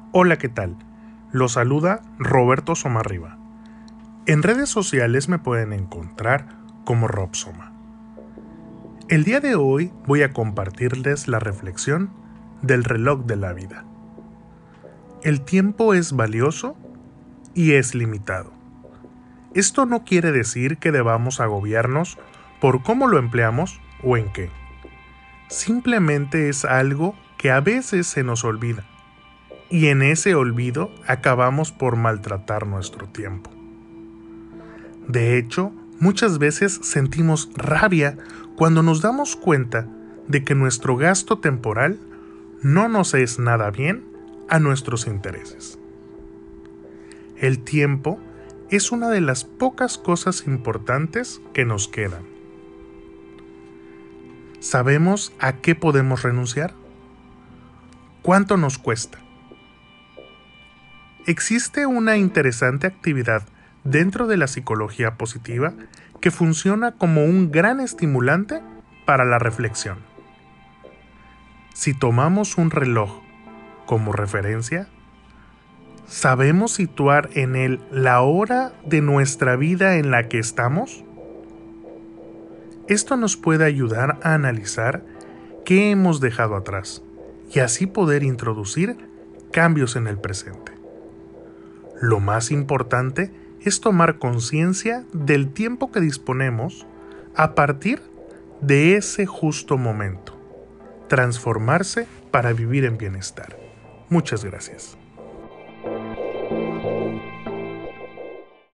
Hola, ¿qué tal? Los saluda Roberto Somarriba. En redes sociales me pueden encontrar como Robsoma. El día de hoy voy a compartirles la reflexión del reloj de la vida. El tiempo es valioso y es limitado. Esto no quiere decir que debamos agobiarnos por cómo lo empleamos o en qué. Simplemente es algo que a veces se nos olvida. Y en ese olvido acabamos por maltratar nuestro tiempo. De hecho, muchas veces sentimos rabia cuando nos damos cuenta de que nuestro gasto temporal no nos es nada bien a nuestros intereses. El tiempo es una de las pocas cosas importantes que nos quedan. ¿Sabemos a qué podemos renunciar? ¿Cuánto nos cuesta? Existe una interesante actividad dentro de la psicología positiva que funciona como un gran estimulante para la reflexión. Si tomamos un reloj como referencia, ¿sabemos situar en él la hora de nuestra vida en la que estamos? Esto nos puede ayudar a analizar qué hemos dejado atrás y así poder introducir cambios en el presente. Lo más importante es tomar conciencia del tiempo que disponemos a partir de ese justo momento. Transformarse para vivir en bienestar. Muchas gracias.